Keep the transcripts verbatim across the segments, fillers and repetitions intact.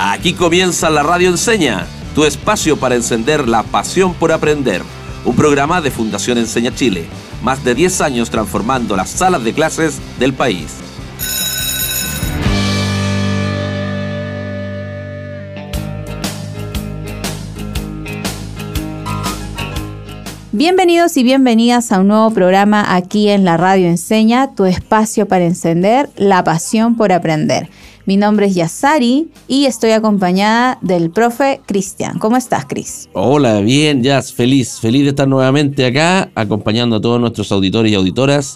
Aquí comienza la Radio Enseña, tu espacio para encender la pasión por aprender. Un programa de Fundación Enseña Chile. Más de diez años transformando las salas de clases del país. Bienvenidos y bienvenidas a un nuevo programa aquí en la Radio Enseña, tu espacio para encender la pasión por aprender. Mi nombre es Yassari y estoy acompañada del profe Cristian. ¿Cómo estás, Cris? Hola, bien, Yass, feliz, feliz de estar nuevamente acá, acompañando a todos nuestros auditores y auditoras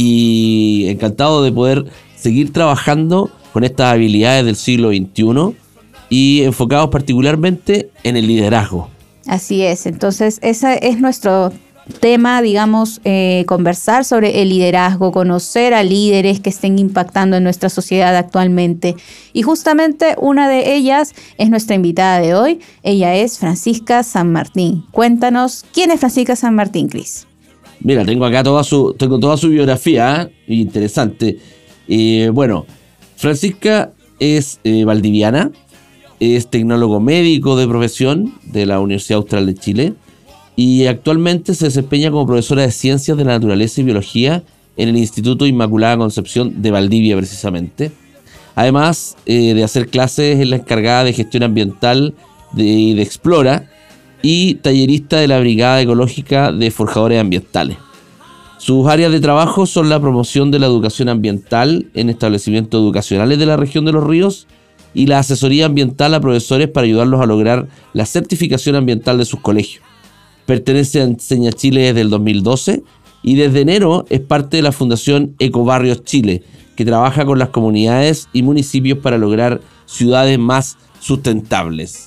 y encantado de poder seguir trabajando con estas habilidades del siglo veintiuno y enfocados particularmente en el liderazgo. Así es, entonces ese es nuestro tema, digamos, eh, conversar sobre el liderazgo, conocer a líderes que estén impactando en nuestra sociedad actualmente. Y justamente una de ellas es nuestra invitada de hoy. Ella es Francisca San Martín. Cuéntanos, ¿quién es Francisca San Martín, Cris? Mira, tengo acá toda su, tengo toda su biografía, ¿eh? Interesante. Eh, bueno, Francisca es eh, valdiviana, es tecnólogo médico de profesión de la Universidad Austral de Chile y actualmente se desempeña como profesora de Ciencias de la Naturaleza y Biología en el Instituto Inmaculada Concepción de Valdivia, precisamente. Además eh, de hacer clases, es la encargada de gestión ambiental de, de Explora y tallerista de la Brigada Ecológica de Forjadores Ambientales. Sus áreas de trabajo son la promoción de la educación ambiental en establecimientos educacionales de la región de Los Ríos y la asesoría ambiental a profesores para ayudarlos a lograr la certificación ambiental de sus colegios. Pertenece a Enseña Chile desde el dos mil doce y desde enero es parte de la Fundación Ecobarrios Chile, que trabaja con las comunidades y municipios para lograr ciudades más sustentables.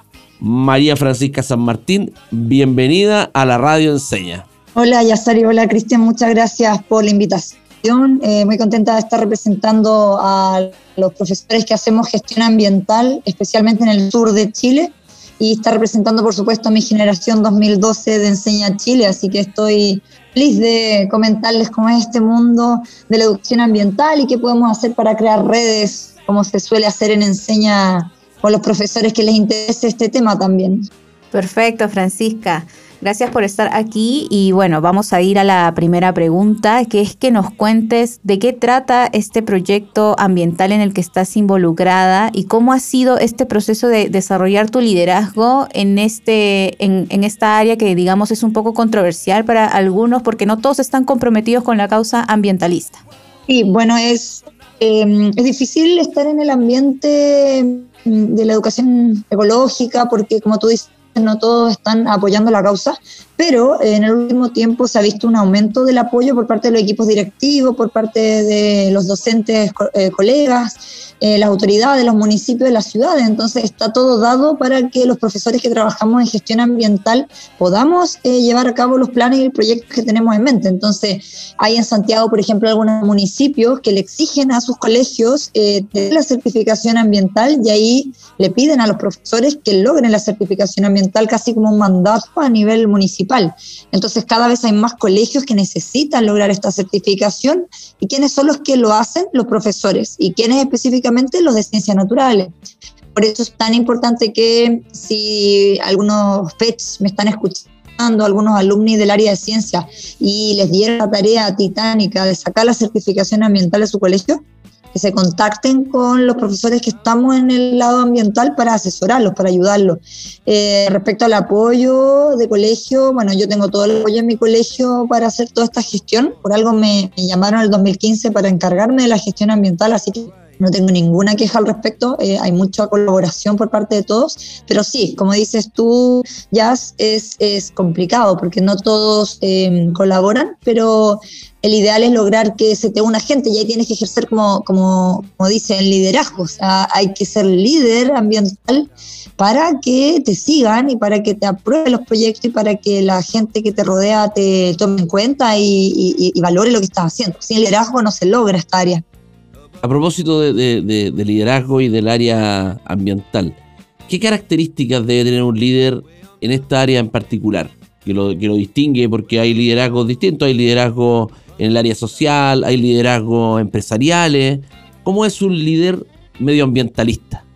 María Francisca San Martín, bienvenida a la Radio Enseña. Hola Yassari, hola Cristian, muchas gracias por la invitación. Eh, muy contenta de estar representando a los profesores que hacemos gestión ambiental, especialmente en el sur de Chile, y estar representando, por supuesto, a mi generación dos mil doce de Enseña Chile, así que estoy feliz de comentarles cómo es este mundo de la educación ambiental y qué podemos hacer para crear redes, como se suele hacer en Enseña con los profesores que les interese este tema también. Perfecto, Francisca. Gracias por estar aquí y bueno, vamos a ir a la primera pregunta, que es que nos cuentes de qué trata este proyecto ambiental en el que estás involucrada y cómo ha sido este proceso de desarrollar tu liderazgo en, este, en, en esta área que digamos es un poco controversial para algunos porque no todos están comprometidos con la causa ambientalista. Sí, bueno, es, eh, es difícil estar en el ambiente de la educación ecológica porque, como tú dices, no todos están apoyando la causa, pero en el último tiempo se ha visto un aumento del apoyo por parte de los equipos directivos, por parte de los docentes, eh, colegas, eh, las autoridades, los municipios de las ciudades. Entonces está todo dado para que los profesores que trabajamos en gestión ambiental podamos eh, llevar a cabo los planes y proyectos que tenemos en mente. Entonces hay en Santiago, por ejemplo, algunos municipios que le exigen a sus colegios eh, tener la certificación ambiental y ahí le piden a los profesores que logren la certificación ambiental casi como un mandato a nivel municipal. Entonces cada vez hay más colegios que necesitan lograr esta certificación. ¿Y quiénes son los que lo hacen? Los profesores. ¿Y quiénes específicamente? Los de ciencias naturales. Por eso es tan importante que si algunos P E Ts me están escuchando, algunos alumnos del área de ciencia, y les dieron la tarea titánica de sacar la certificación ambiental de su colegio, que se contacten con los profesores que estamos en el lado ambiental para asesorarlos, para ayudarlos. Eh, respecto al apoyo de colegio, bueno, yo tengo todo el apoyo en mi colegio para hacer toda esta gestión. Por algo me, me llamaron en el dos mil quince para encargarme de la gestión ambiental, así que no tengo ninguna queja al respecto. Eh, hay mucha colaboración por parte de todos, pero sí, como dices tú, Jazz, es, es complicado porque no todos eh, colaboran, pero el ideal es lograr que se te una gente y ahí tienes que ejercer como, como, como dicen, liderazgo. O sea, hay que ser líder ambiental para que te sigan y para que te aprueben los proyectos y para que la gente que te rodea te tome en cuenta y, y, y valore lo que estás haciendo. Sin liderazgo no se logra esta área. A propósito de, de, de, de liderazgo y del área ambiental, ¿qué características debe tener un líder en esta área en particular? Que lo, que lo distingue, porque hay liderazgos distintos, hay liderazgo en el área social, hay liderazgos empresariales. ¿Cómo es un líder medioambientalista?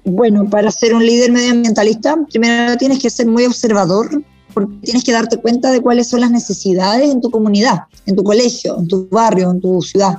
Bueno, para ser un líder medioambientalista, primero tienes que ser muy observador, porque tienes que darte cuenta de cuáles son las necesidades en tu comunidad, en tu colegio, en tu barrio, en tu ciudad.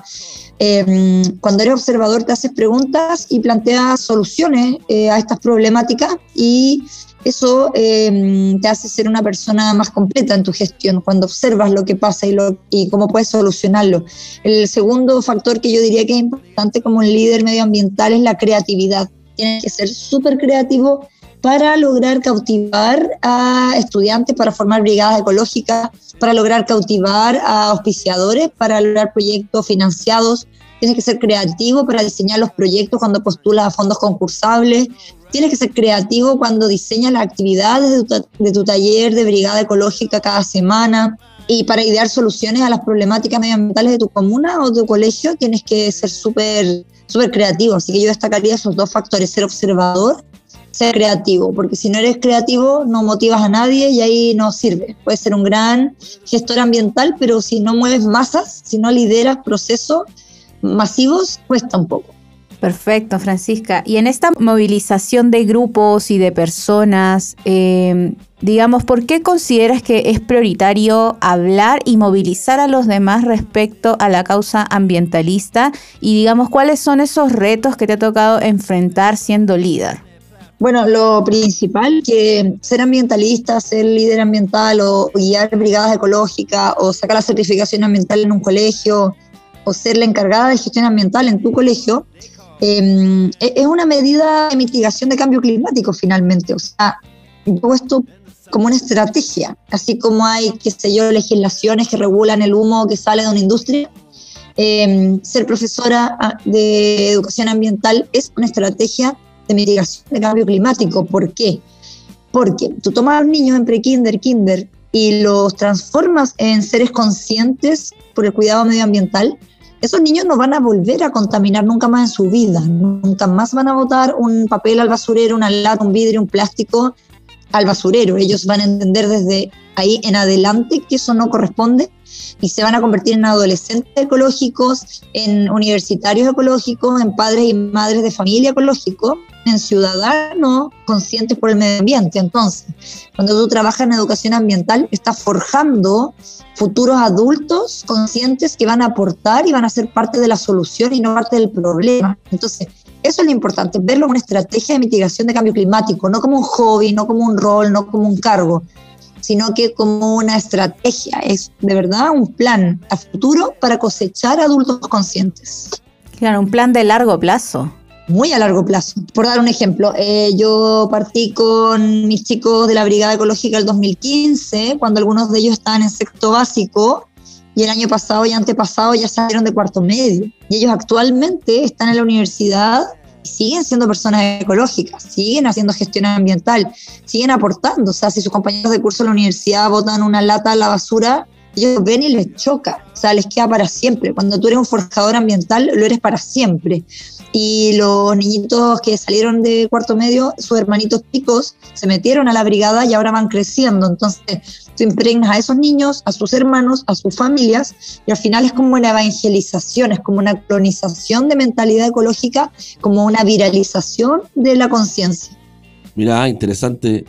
Eh, cuando eres observador te haces preguntas y planteas soluciones eh, a estas problemáticas, y eso eh, te hace ser una persona más completa en tu gestión, cuando observas lo que pasa y, lo, y cómo puedes solucionarlo. El segundo factor que yo diría que es importante como un líder medioambiental es la creatividad. Tienes que ser súper creativo para lograr cautivar a estudiantes, para formar brigadas ecológicas, para lograr cautivar a auspiciadores, para lograr proyectos financiados. Tienes que ser creativo para diseñar los proyectos cuando postulas a fondos concursables. Tienes que ser creativo cuando diseñas las actividades de tu, de tu taller de brigada ecológica cada semana. Y para idear soluciones a las problemáticas medioambientales de tu comuna o tu colegio, tienes que ser súper súper creativo. Así que yo destacaría esos dos factores: ser observador, ser creativo, porque si no eres creativo no motivas a nadie y ahí no sirve. Puedes ser un gran gestor ambiental, pero si no mueves masas, si no lideras procesos masivos, cuesta un poco. Perfecto, Francisca. Y en esta movilización de grupos y de personas, eh, digamos, ¿por qué consideras que es prioritario hablar y movilizar a los demás respecto a la causa ambientalista? Y digamos, ¿cuáles son esos retos que te ha tocado enfrentar siendo líder? Bueno, lo principal, que ser ambientalista, ser líder ambiental o guiar brigadas ecológicas o sacar la certificación ambiental en un colegio o ser la encargada de gestión ambiental en tu colegio, eh, es una medida de mitigación de cambio climático finalmente. O sea, yo esto como una estrategia, así como hay, qué sé yo, legislaciones que regulan el humo que sale de una industria. Eh, ser profesora de educación ambiental es una estrategia de mitigación de cambio climático. ¿Por qué? Porque tú tomas a los niños en pre-kinder, kinder y los transformas en seres conscientes por el cuidado medioambiental. Esos niños no van a volver a contaminar nunca más en su vida, nunca más van a botar un papel al basurero, una lata, un vidrio, un plástico al basurero. Ellos van a entender desde ahí en adelante que eso no corresponde y se van a convertir en adolescentes ecológicos, en universitarios ecológicos, en padres y madres de familia ecológicos, en ciudadanos conscientes por el medio ambiente. Entonces, cuando tú trabajas en educación ambiental, estás forjando futuros adultos conscientes que van a aportar y van a ser parte de la solución y no parte del problema. Entonces, eso es lo importante, verlo como una estrategia de mitigación de cambio climático, no como un hobby, no como un rol, no como un cargo, sino que como una estrategia. Es de verdad un plan a futuro para cosechar adultos conscientes. Claro, un plan de largo plazo. Muy a largo plazo. Por dar un ejemplo, eh, yo partí con mis chicos de la Brigada Ecológica el dos mil quince, cuando algunos de ellos estaban en sexto básico, y el año pasado y antepasado ya salieron de cuarto medio. Y ellos actualmente están en la universidad y siguen siendo personas ecológicas, siguen haciendo gestión ambiental, siguen aportando. O sea, si sus compañeros de curso de la universidad botan una lata a la basura, ellos ven y les choca. O sea, les queda para siempre. Cuando tú eres un forjador ambiental, lo eres para siempre. Y los niñitos que salieron de cuarto medio, sus hermanitos chicos, se metieron a la brigada y ahora van creciendo. Entonces, tú impregnas a esos niños, a sus hermanos, a sus familias, y al final es como una evangelización, es como una colonización de mentalidad ecológica, como una viralización de la conciencia. Mira, interesante.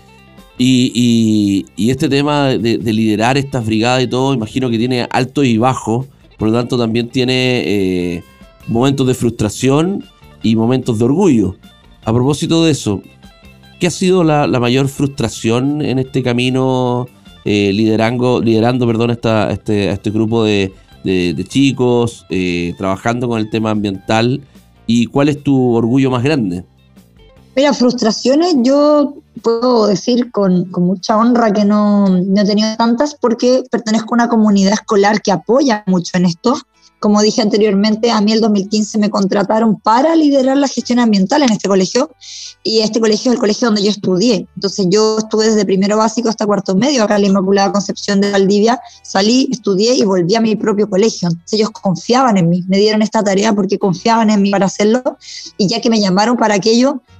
Y, y, y este tema de, de liderar estas brigadas y todo, imagino que tiene altos y bajos, por lo tanto también tiene eh, momentos de frustración y momentos de orgullo. A propósito de eso, ¿qué ha sido la, la mayor frustración en este camino eh, liderando, liderando perdón, esta, este, este grupo de, de, de chicos, eh, trabajando con el tema ambiental? ¿Y cuál es tu orgullo más grande? Mira, frustraciones yo puedo decir con, con mucha honra que no, no he tenido tantas, porque pertenezco a una comunidad escolar que apoya mucho en esto. Como dije anteriormente, a mí el dos mil quince me contrataron para liderar la gestión ambiental en este colegio, y este colegio es el colegio donde yo estudié. Entonces yo estuve desde primero básico hasta cuarto medio acá en la Inmaculada Concepción de Valdivia, salí, estudié y volví a mi propio colegio. Entonces ellos confiaban en mí, me dieron esta tarea porque confiaban en mí para hacerlo, y ya que me llamaron para aquello,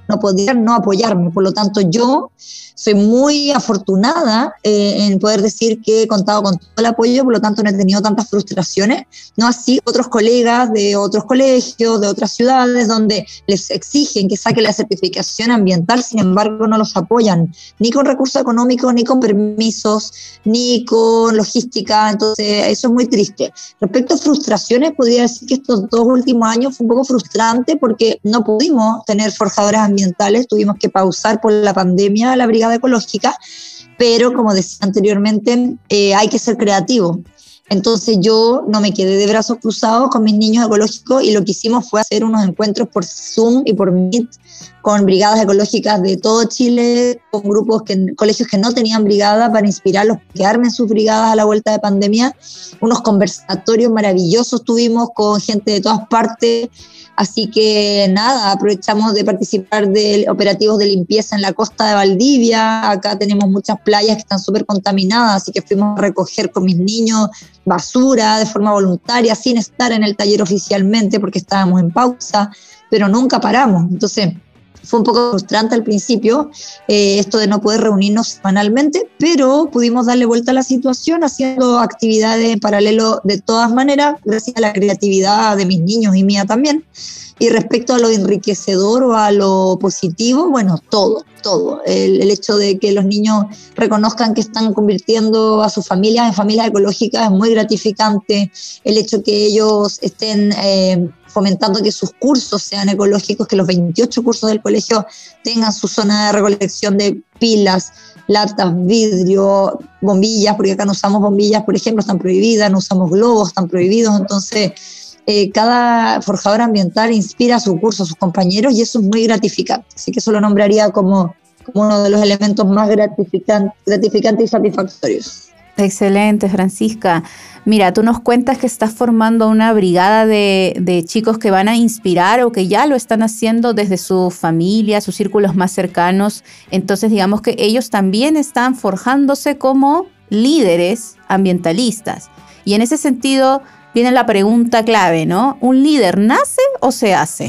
no podían no apoyarme. Por lo tanto, yo soy muy afortunada eh, en poder decir que he contado con todo el apoyo, por lo tanto no he tenido tantas frustraciones, no así otros colegas de otros colegios, de otras ciudades, donde les exigen que saquen la certificación ambiental, sin embargo no los apoyan, ni con recursos económicos, ni con permisos, ni con logística, entonces eso es muy triste. Respecto a frustraciones, podría decir que estos dos últimos años fue un poco frustrante porque no pudimos tener forjadoras ambientales, tuvimos que pausar por la pandemia la brigada ecológica, pero como decía anteriormente, eh, hay que ser creativo. Entonces yo no me quedé de brazos cruzados con mis niños ecológicos y lo que hicimos fue hacer unos encuentros por Zoom y por Meet con brigadas ecológicas de todo Chile, con grupos, que, colegios que no tenían brigada para inspirarlos a que armen sus brigadas a la vuelta de pandemia. Unos conversatorios maravillosos tuvimos con gente de todas partes. Así que nada, aprovechamos de participar de operativos de limpieza en la costa de Valdivia. Acá tenemos muchas playas que están súper contaminadas, así que fuimos a recoger con mis niños basura de forma voluntaria, sin estar en el taller oficialmente porque estábamos en pausa, pero nunca paramos. Entonces fue un poco frustrante al principio eh, esto de no poder reunirnos semanalmente, pero pudimos darle vuelta a la situación haciendo actividades en paralelo de todas maneras, gracias a la creatividad de mis niños y mía también. Y respecto a lo enriquecedor o a lo positivo, bueno, todo, todo. El, el hecho de que los niños reconozcan que están convirtiendo a sus familias en familias ecológicas es muy gratificante. El hecho que ellos estén eh, fomentando que sus cursos sean ecológicos, que los veintiocho cursos del colegio tengan su zona de recolección de pilas, latas, vidrio, bombillas, porque acá no usamos bombillas, por ejemplo, están prohibidas, no usamos globos, están prohibidos, entonces eh, cada forjador ambiental inspira a su curso, a sus compañeros, y eso es muy gratificante, así que eso lo nombraría como, como uno de los elementos más gratificantes gratificante y satisfactorios. Excelente, Francisca. Mira, tú nos cuentas que estás formando una brigada de, de chicos que van a inspirar o que ya lo están haciendo desde su familia, sus círculos más cercanos. Entonces, digamos que ellos también están forjándose como líderes ambientalistas. Y en ese sentido viene la pregunta clave, ¿no? ¿Un líder nace o se hace?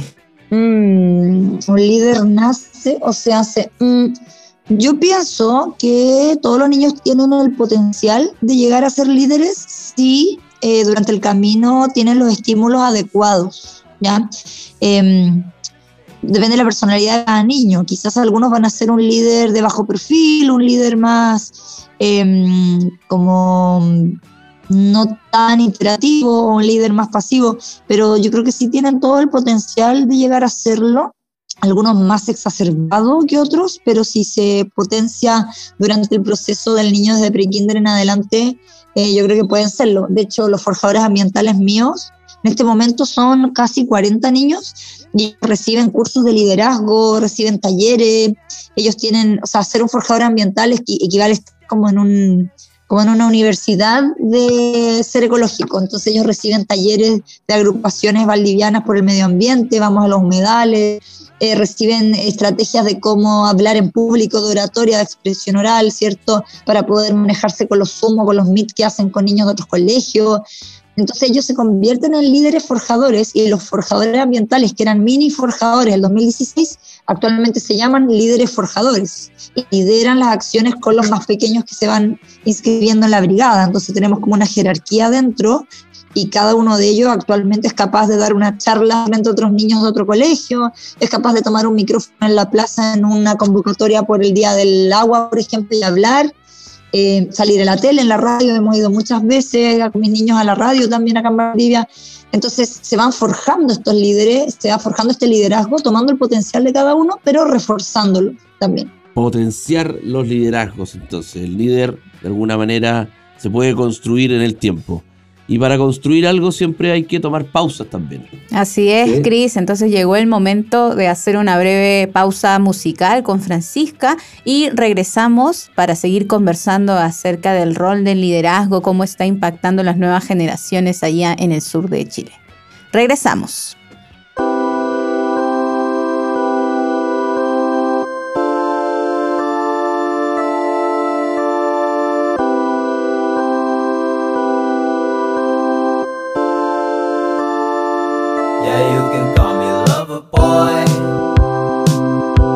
Mm, ¿Un líder nace o se hace? Mm. Yo pienso que todos los niños tienen el potencial de llegar a ser líderes si eh, durante el camino tienen los estímulos adecuados, ¿ya? Eh, depende de la personalidad de cada niño. Quizás algunos van a ser un líder de bajo perfil, un líder más eh, como no tan interactivo, un líder más pasivo, pero yo creo que sí tienen todo el potencial de llegar a serlo. Algunos más exacerbados que otros, pero si se potencia durante el proceso del niño desde pre-kinder en adelante, eh, yo creo que pueden serlo. De hecho, los forjadores ambientales míos en este momento son casi cuarenta niños y reciben cursos de liderazgo, reciben talleres. Ellos tienen, o sea, ser un forjador ambiental equivale a estar como en un... como en una universidad de ser ecológico. Entonces ellos reciben talleres de agrupaciones valdivianas por el medio ambiente, vamos a los humedales, eh, reciben estrategias de cómo hablar en público, de oratoria, de expresión oral, ¿cierto? Para poder manejarse con los Zoom, con los Meet que hacen con niños de otros colegios. Entonces ellos se convierten en líderes forjadores y los forjadores ambientales, que eran mini forjadores en el dos mil dieciséis, actualmente se llaman líderes forjadores y lideran las acciones con los más pequeños que se van inscribiendo en la brigada. Entonces tenemos como una jerarquía dentro y cada uno de ellos actualmente es capaz de dar una charla frente a otros niños de otro colegio, es capaz de tomar un micrófono en la plaza en una convocatoria por el Día del Agua, por ejemplo, y hablar. Eh, salir en la tele, en la radio, hemos ido muchas veces con mis niños a la radio también acá en Valdivia. Entonces se van forjando estos líderes, se va forjando este liderazgo, tomando el potencial de cada uno, pero reforzándolo también. Potenciar los liderazgos, entonces. El líder, de alguna manera, se puede construir en el tiempo. Y para construir algo siempre hay que tomar pausas también. Así es, ¿sí? Cris, entonces llegó el momento de hacer una breve pausa musical con Francisca y regresamos para seguir conversando acerca del rol del liderazgo, cómo está impactando las nuevas generaciones allá en el sur de Chile. Regresamos. Yeah, you can call me lover boy.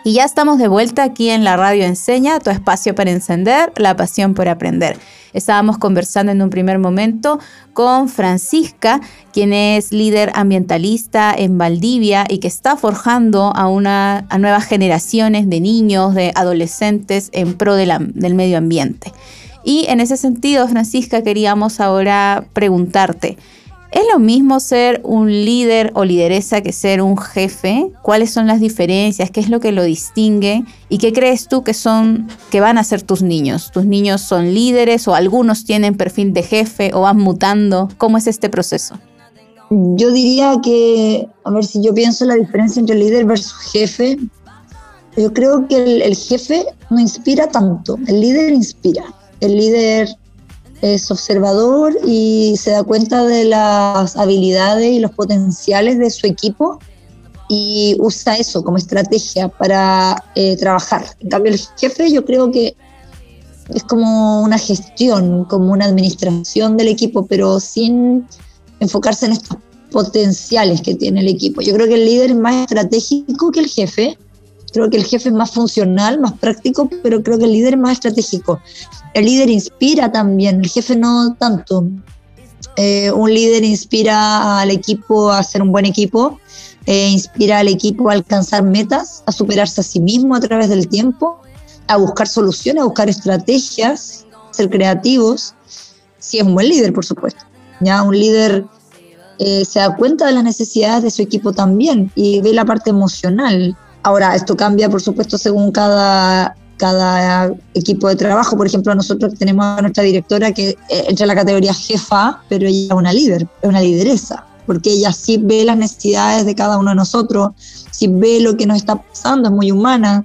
Y ya estamos de vuelta aquí en la Radio Enseña, tu espacio para encender la pasión por aprender. Estábamos conversando en un primer momento con Francisca, quien es líder ambientalista en Valdivia y que está forjando a, una, a nuevas generaciones de niños, de adolescentes en pro de la, del medio ambiente. Y en ese sentido, Francisca, queríamos ahora preguntarte, ¿es lo mismo ser un líder o lideresa que ser un jefe? ¿Cuáles son las diferencias? ¿Qué es lo que lo distingue? ¿Y qué crees tú que son, que van a ser tus niños? ¿Tus niños son líderes o algunos tienen perfil de jefe o van mutando? ¿Cómo es este proceso? Yo diría que, a ver si yo pienso la diferencia entre líder versus jefe, yo creo que el, el jefe no inspira tanto, el líder inspira. El líder es observador y se da cuenta de las habilidades y los potenciales de su equipo y usa eso como estrategia para eh, trabajar. En cambio, el jefe yo creo que es como una gestión, como una administración del equipo, pero sin enfocarse en estos potenciales que tiene el equipo. Yo creo que el líder es más estratégico que el jefe. Creo que el jefe es más funcional, más práctico, pero creo que el líder es más estratégico. El líder inspira también, el jefe no tanto. Eh, un líder inspira al equipo a ser un buen equipo, eh, inspira al equipo a alcanzar metas, a superarse a sí mismo a través del tiempo, a buscar soluciones, a buscar estrategias, ser creativos. Si es un buen líder, por supuesto. Ya un líder eh, se da cuenta de las necesidades de su equipo también y ve la parte emocional. Ahora, esto cambia, por supuesto, según cada, cada equipo de trabajo. Por ejemplo, nosotros tenemos a nuestra directora que entra en la categoría jefa, pero ella es una líder, es una lideresa, porque ella sí ve las necesidades de cada uno de nosotros, sí ve lo que nos está pasando, es muy humana,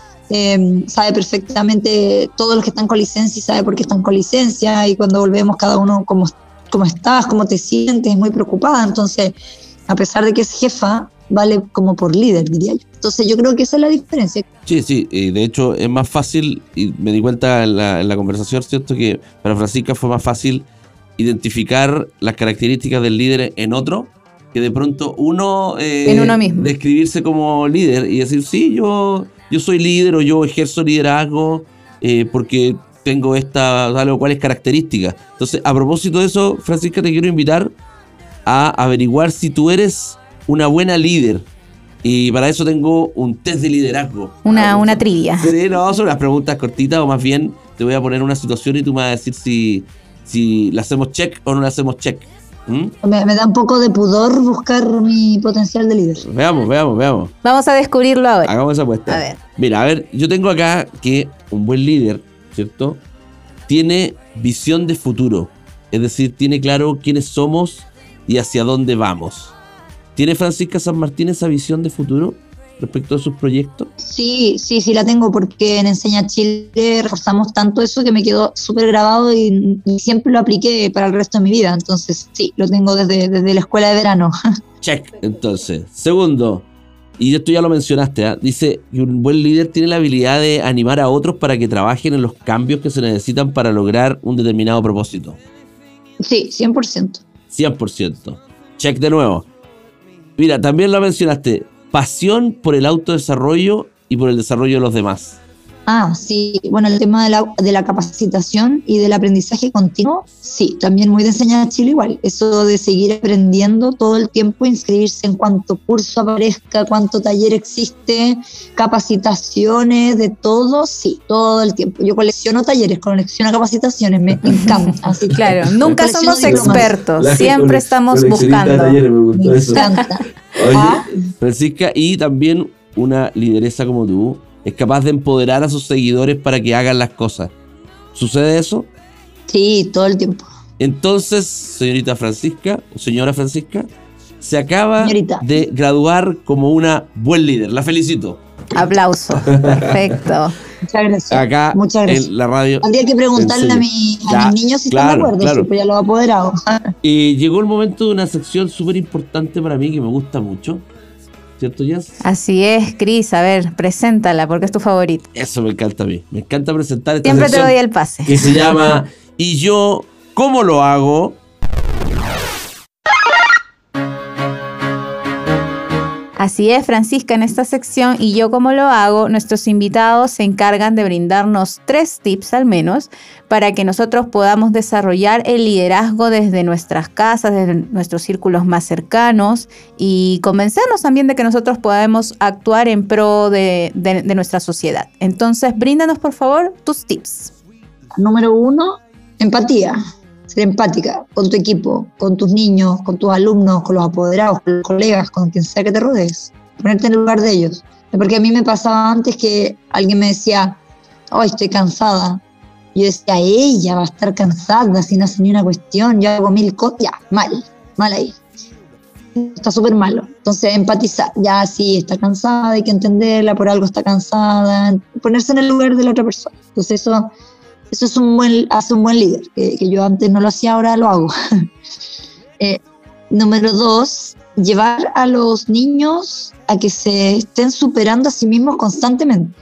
eh, sabe perfectamente todos los que están con licencia y sabe por qué están con licencia, y cuando volvemos cada uno cómo, cómo estás, cómo te sientes, es muy preocupada. Entonces, a pesar de que es jefa, vale como por líder, diría yo. Entonces yo creo que esa es la diferencia. Sí, sí, y de hecho es más fácil, y me di cuenta en la, en la conversación, ¿cierto? Que para Francisca fue más fácil identificar las características del líder en otro, que de pronto uno... Eh, en uno mismo. Describirse como líder y decir, sí, yo, yo soy líder o yo ejerzo liderazgo eh, porque tengo esta, tal o cuales características. Entonces, a propósito de eso, Francisca, te quiero invitar a averiguar si tú eres una buena líder. Y para eso tengo un test de liderazgo. Una, ah, una trivia. Sí, no, son las preguntas cortitas, o más bien te voy a poner una situación y tú me vas a decir si, si la hacemos check o no la hacemos check. ¿Mm? Me, me da un poco de pudor buscar mi potencial de líder. Veamos, veamos, veamos. Vamos a descubrirlo ahora. Hagamos esa apuesta. A ver. Mira, a ver, yo tengo acá que un buen líder, ¿cierto? Tiene visión de futuro. Es decir, tiene claro quiénes somos y hacia dónde vamos. ¿Tiene Francisca San Martín esa visión de futuro respecto a sus proyectos? Sí, sí, sí la tengo, porque en Enseña Chile reforzamos tanto eso que me quedó súper grabado y, y siempre lo apliqué para el resto de mi vida. Entonces sí, lo tengo desde, desde la escuela de verano. Check, entonces. Segundo, y esto ya lo mencionaste, ¿eh? Dice que un buen líder tiene la habilidad de animar a otros para que trabajen en los cambios que se necesitan para lograr un determinado propósito. Sí, cien por ciento. cien por ciento. Check de nuevo. Mira, también lo mencionaste, pasión por el autodesarrollo y por el desarrollo de los demás. Ah, sí, bueno, el tema de la, de la capacitación y del aprendizaje continuo, sí, también muy de Enseña Chile igual, eso de seguir aprendiendo todo el tiempo, inscribirse en cuanto curso aparezca, cuánto taller existe, capacitaciones, de todo, sí, todo el tiempo. Yo colecciono talleres, colecciono capacitaciones, me, me encanta. Así que, claro, nunca somos diplomas. expertos, siempre estamos buscando. Talleres, me gustó Me eso. encanta. Oye, ¿Ah? Francisca, y también una lideresa como tú, es capaz de empoderar a sus seguidores para que hagan las cosas. ¿Sucede eso? Sí, todo el tiempo. Entonces, señorita Francisca, o señora Francisca, se acaba Señorita. de graduar como una buen líder. La felicito. Aplauso. Perfecto. Muchas gracias. Acá Muchas gracias. en la radio. Habría que preguntarle a, mi, a Ya, mis niños si claro, están de acuerdo, claro. sí, pues ya lo ha apoderado. Y llegó el momento de una sección súper importante para mí que me gusta mucho. ¿Cierto, Jess? Así es, Cris. A ver, preséntala, porque es tu favorito. Eso me encanta a mí. Me encanta presentar esta Siempre te sección doy el pase. que se llama ¿Y yo cómo lo Así es, Francisca, en esta sección, y yo como lo hago, nuestros invitados se encargan de brindarnos tres tips al menos para que nosotros podamos desarrollar el liderazgo desde nuestras casas, desde nuestros círculos más cercanos y convencernos también de que nosotros podemos actuar en pro de, de, de nuestra sociedad. Entonces, bríndanos por favor tus tips. Número uno, empatía. Ser empática con tu equipo, con tus niños, con tus alumnos, con los apoderados, con los colegas, con quien sea que te rodees. Ponerte en el lugar de ellos. Porque a mí me pasaba antes que alguien me decía, oh, estoy cansada. Yo decía, ella va a estar cansada si no hace ni una cuestión, yo hago mil cosas. Ya, mal, mal ahí. Está súper malo. Entonces, empatizar. Ya, sí, está cansada, hay que entenderla, por algo está cansada. Ponerse en el lugar de la otra persona. Entonces, eso... Eso es un buen, hace un buen líder, que, que yo antes no lo hacía, ahora lo hago. eh, número dos, llevar a los niños a que se estén superando a sí mismos constantemente.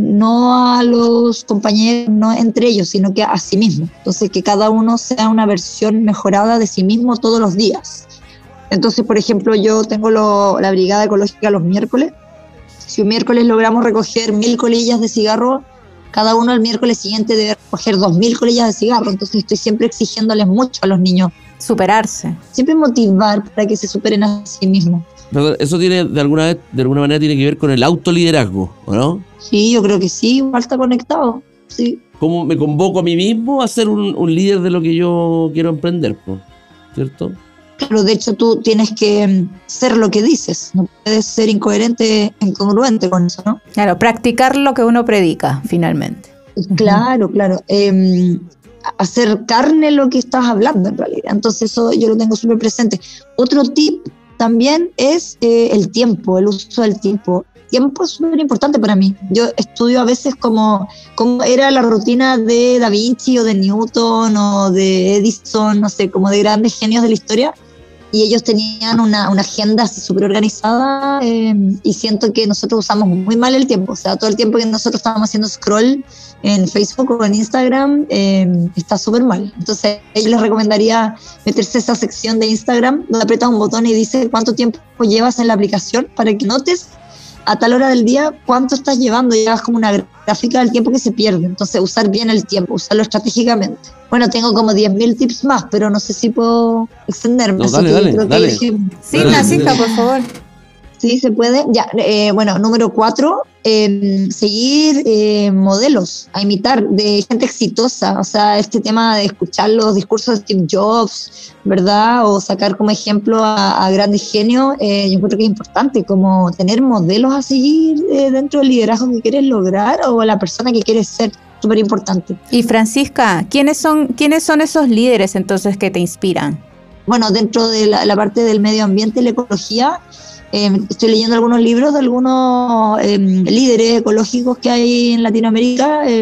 No a los compañeros, no entre ellos, sino que a sí mismos. Entonces, que cada uno sea una versión mejorada de sí mismo todos los días. Entonces, por ejemplo, yo tengo lo, la brigada ecológica los miércoles. Si un miércoles logramos recoger mil colillas de cigarro, cada uno el miércoles siguiente debe recoger dos mil colillas de cigarro. Entonces estoy siempre exigiéndoles mucho a los niños. Superarse. Siempre motivar para que se superen a sí mismos. Pero eso tiene, de alguna vez, de alguna manera tiene que ver con el autoliderazgo, ¿o no? Sí, yo creo que sí, igual está conectado, sí. ¿Cómo me convoco a mí mismo a ser un, un líder de lo que yo quiero emprender, ¿cierto? Claro, de hecho tú tienes que ser lo que dices, no puedes ser incoherente, incongruente con eso, ¿no? Claro, practicar lo que uno predica, finalmente. Claro, claro. Eh, hacer carne lo que estás hablando, en realidad. Entonces eso yo lo tengo súper presente. Otro tip también es eh, el tiempo, el uso del tiempo. Tiempo es súper importante para mí. Yo estudio a veces como, como era la rutina de Da Vinci o de Newton o de Edison, no sé, como de grandes genios de la historia. Y ellos tenían una, una agenda súper organizada eh, y siento que nosotros usamos muy mal el tiempo. O sea, todo el tiempo que nosotros estamos haciendo scroll en Facebook o en Instagram eh, está súper mal. Entonces, yo les recomendaría meterse a esa sección de Instagram donde aprietas un botón y dice cuánto tiempo llevas en la aplicación para que notes a tal hora del día cuánto estás llevando. Llevas como una gráfica del tiempo que se pierde. Entonces, usar bien el tiempo, usarlo estratégicamente. Bueno, tengo como diez mil tips más, pero no sé si puedo extenderme. No, dale, dale, dale. Dejé... Sí, Francisca, por favor. Sí, se puede. Ya, eh, bueno, número cuatro, eh, seguir eh, modelos a imitar de gente exitosa. O sea, este tema de escuchar los discursos de Steve Jobs, ¿verdad? O sacar como ejemplo a, a grandes genios, eh, yo encuentro que es importante, como tener modelos a seguir eh, dentro del liderazgo que quieres lograr o la persona que quieres ser. Súper importante. Y Francisca, ¿quiénes son, ¿quiénes son esos líderes entonces que te inspiran? Bueno, dentro de la, la parte del medio ambiente y la ecología, eh, estoy leyendo algunos libros de algunos eh, líderes ecológicos que hay en Latinoamérica eh,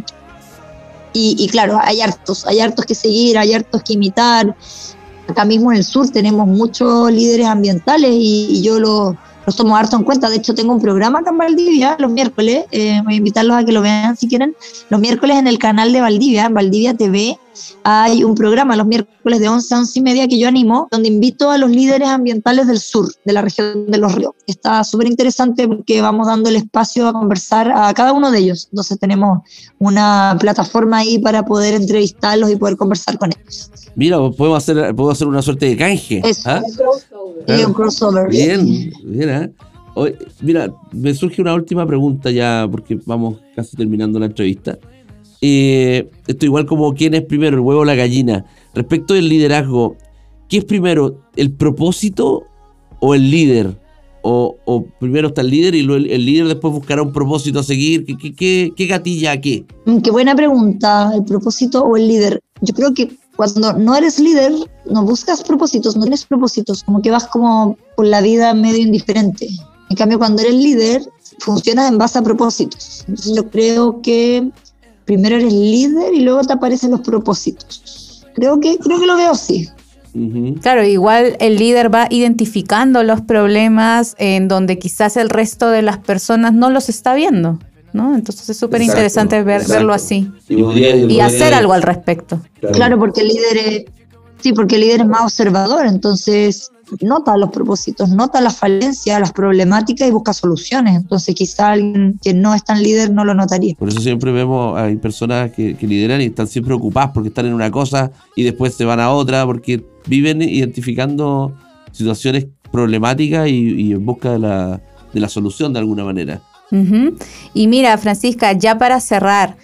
y, y claro, hay hartos, hay hartos que seguir, hay hartos que imitar. Acá mismo en el sur tenemos muchos líderes ambientales y, y yo los los tomo harto en cuenta. De hecho, tengo un programa acá en Valdivia los miércoles, eh, voy a invitarlos a que lo vean si quieren. Los miércoles en el canal de Valdivia, en Valdivia T V, hay un programa los miércoles de once a once y media que yo animo, donde invito a los líderes ambientales del sur, de la región de Los Ríos. Está súper interesante porque vamos dando el espacio a conversar a cada uno de ellos. Entonces tenemos una plataforma ahí para poder entrevistarlos y poder conversar con ellos. Mira, podemos hacer, podemos hacer una suerte de canje. Eso, ¿Ah? y un crossover. Bien, bien, ¿eh? Oye, mira, me surge una última pregunta ya, porque vamos casi terminando la entrevista. Eh, esto igual como quién es primero, el huevo o la gallina. Respecto del liderazgo, ¿qué es primero, el propósito o el líder? O, o primero está el líder y luego el, el líder después buscará un propósito a seguir. ¿Qué, qué, qué, qué gatilla a qué? Qué buena pregunta, el propósito o el líder. Yo creo que cuando no eres líder, no buscas propósitos, no tienes propósitos, como que vas como por la vida medio indiferente. En cambio, cuando eres líder, funcionas en base a propósitos. Entonces yo creo que primero eres líder y luego te aparecen los propósitos. Creo que, creo que lo veo así. Uh-huh. Claro, igual el líder va identificando los problemas en donde quizás el resto de las personas no los está viendo, ¿no? Entonces es súper interesante ver, verlo así y, y hacer algo al respecto. Claro, claro, porque el líder es, Sí, porque el líder es más observador, entonces nota los propósitos, nota las falencias, las problemáticas y busca soluciones. Entonces quizá alguien que no es tan líder no lo notaría. Por eso siempre vemos, hay personas que, que lideran y están siempre ocupadas porque están en una cosa y después se van a otra, porque viven identificando situaciones problemáticas y, y en busca de la, de la solución de alguna manera. Uh-huh. Y mira, Francisca, ya para cerrar,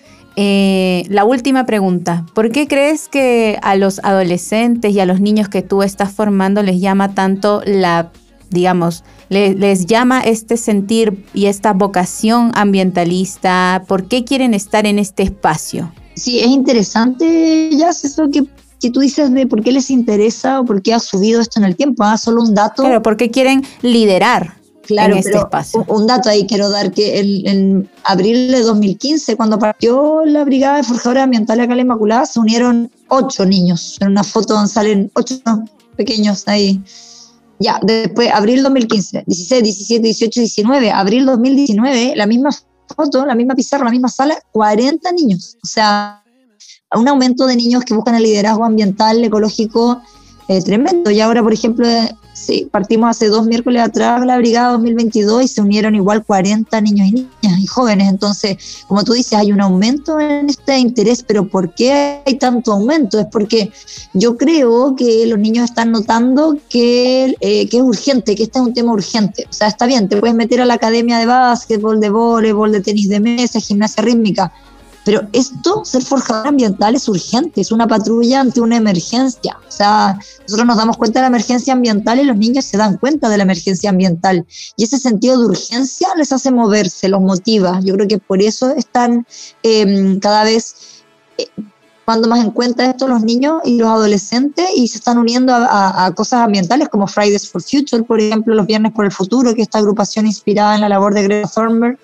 Eh, la última pregunta. ¿Por qué crees que a los adolescentes y a los niños que tú estás formando les llama tanto la, digamos, les, les llama este sentir y esta vocación ambientalista? ¿Por qué quieren estar en este espacio? Sí, es interesante, Jazz, eso que, que tú dices de por qué les interesa o por qué ha subido esto en el tiempo. Ah, solo un dato. Claro, ¿por qué quieren liderar? Claro, en este pero espacio. Un, un dato ahí quiero dar, que en, en abril de dos mil quince, cuando partió la Brigada de Forjadores Ambientales acá en la Inmaculada, se unieron ocho niños. En una foto donde salen ocho pequeños ahí. Ya, después, abril dos mil quince, dieciséis, diecisiete, dieciocho, diecinueve, abril dos mil diecinueve, la misma foto, la misma pizarra, la misma sala, cuarenta niños. O sea, un aumento de niños que buscan el liderazgo ambiental, ecológico, eh, tremendo. Y ahora, por ejemplo, sí, partimos hace dos miércoles atrás la Brigada dos mil veintidós y se unieron igual cuarenta niños y niñas y jóvenes. Entonces, como tú dices, hay un aumento en este interés, pero ¿por qué hay tanto aumento? Es porque yo creo que los niños están notando que, eh, que es urgente, que este es un tema urgente. O sea, está bien, te puedes meter a la academia de básquetbol, de voleibol, de tenis de mesa, gimnasia rítmica, pero esto, ser forjador ambiental, es urgente, es una patrulla ante una emergencia. O sea, nosotros nos damos cuenta de la emergencia ambiental y los niños se dan cuenta de la emergencia ambiental. Y ese sentido de urgencia les hace moverse, los motiva. Yo creo que por eso están eh, cada vez eh, tomando más en cuenta esto los niños y los adolescentes y se están uniendo a, a, a cosas ambientales como Fridays for Future, por ejemplo, los Viernes por el Futuro, que es esta agrupación inspirada en la labor de Greta Thunberg.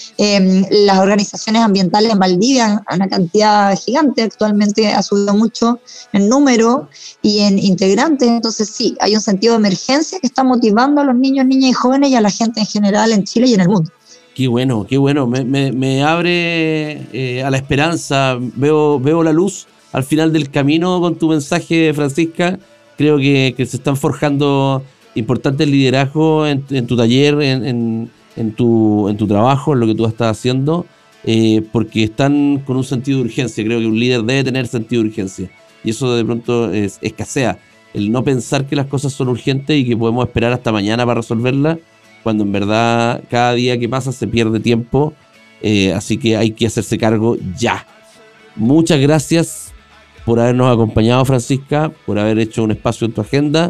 Eh, las organizaciones ambientales en Valdivia, una cantidad gigante, actualmente ha subido mucho en número y en integrantes. Entonces sí, hay un sentido de emergencia que está motivando a los niños, niñas y jóvenes y a la gente en general en Chile y en el mundo. Qué bueno, qué bueno, me, me, me abre eh, a la esperanza, veo, veo la luz al final del camino con tu mensaje, Francisca. Creo que, que se están forjando importantes liderazgos en, en tu taller, en, en En tu, en tu trabajo, en lo que tú estás haciendo, eh, porque están con un sentido de urgencia. Creo que un líder debe tener sentido de urgencia y eso de pronto es, escasea, el no pensar que las cosas son urgentes y que podemos esperar hasta mañana para resolverlas, cuando en verdad cada día que pasa se pierde tiempo, eh, así que hay que hacerse cargo ya. Muchas gracias por habernos acompañado, Francisca, por haber hecho un espacio en tu agenda.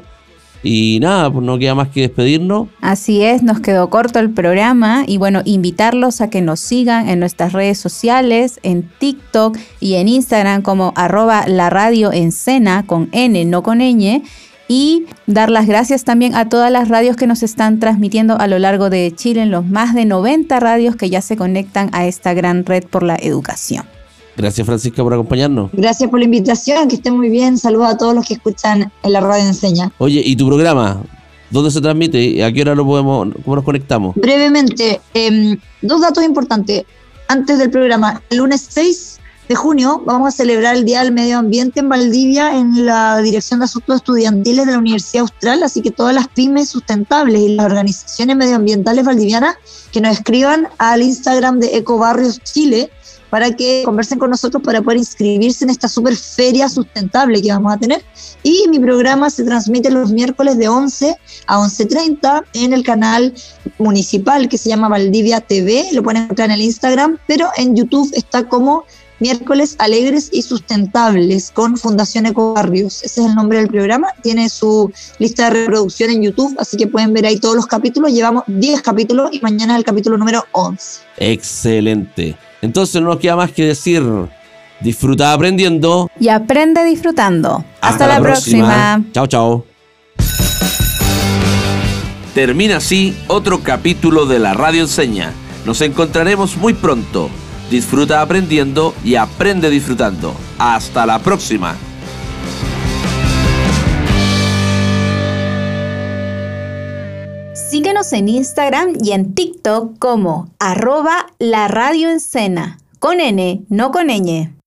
Y nada, pues no queda más que despedirnos. Así es, nos quedó corto el programa y bueno, invitarlos a que nos sigan en nuestras redes sociales, en TikTok y en Instagram como arroba la radio encena con N, no con ñ, y dar las gracias también a todas las radios que nos están transmitiendo a lo largo de Chile, en los más de noventa radios que ya se conectan a esta gran red por la educación. Gracias, Francisca, por acompañarnos. Gracias por la invitación, que estén muy bien. Saludos a todos los que escuchan en la radio Enseña. Oye, ¿y tu programa? ¿Dónde se transmite? ¿A qué hora lo podemos, cómo nos conectamos? Brevemente, eh, dos datos importantes. Antes del programa, el lunes seis de junio vamos a celebrar el Día del Medio Ambiente en Valdivia en la Dirección de Asuntos Estudiantiles de la Universidad Austral, así que todas las pymes sustentables y las organizaciones medioambientales valdivianas que nos escriban al Instagram de Ecobarrios Chile para que conversen con nosotros para poder inscribirse en esta super feria sustentable que vamos a tener. Y mi programa se transmite los miércoles de once a once treinta en el canal municipal que se llama Valdivia T V, lo pueden encontrar en el Instagram, pero en YouTube está como Miércoles Alegres y Sustentables con Fundación Ecobarrios. Ese es el nombre del programa, tiene su lista de reproducción en YouTube, así que pueden ver ahí todos los capítulos. Llevamos diez capítulos y mañana es el capítulo número once. Excelente. Entonces no nos queda más que decir, disfruta aprendiendo. Y aprende disfrutando. Hasta, Hasta la, la próxima. próxima. Chao, chao. Termina así otro capítulo de la Radio Enseña. Nos encontraremos muy pronto. Disfruta aprendiendo y aprende disfrutando. Hasta la próxima. Síguenos en Instagram y en TikTok como arroba la radio encena, con N, no con ñ.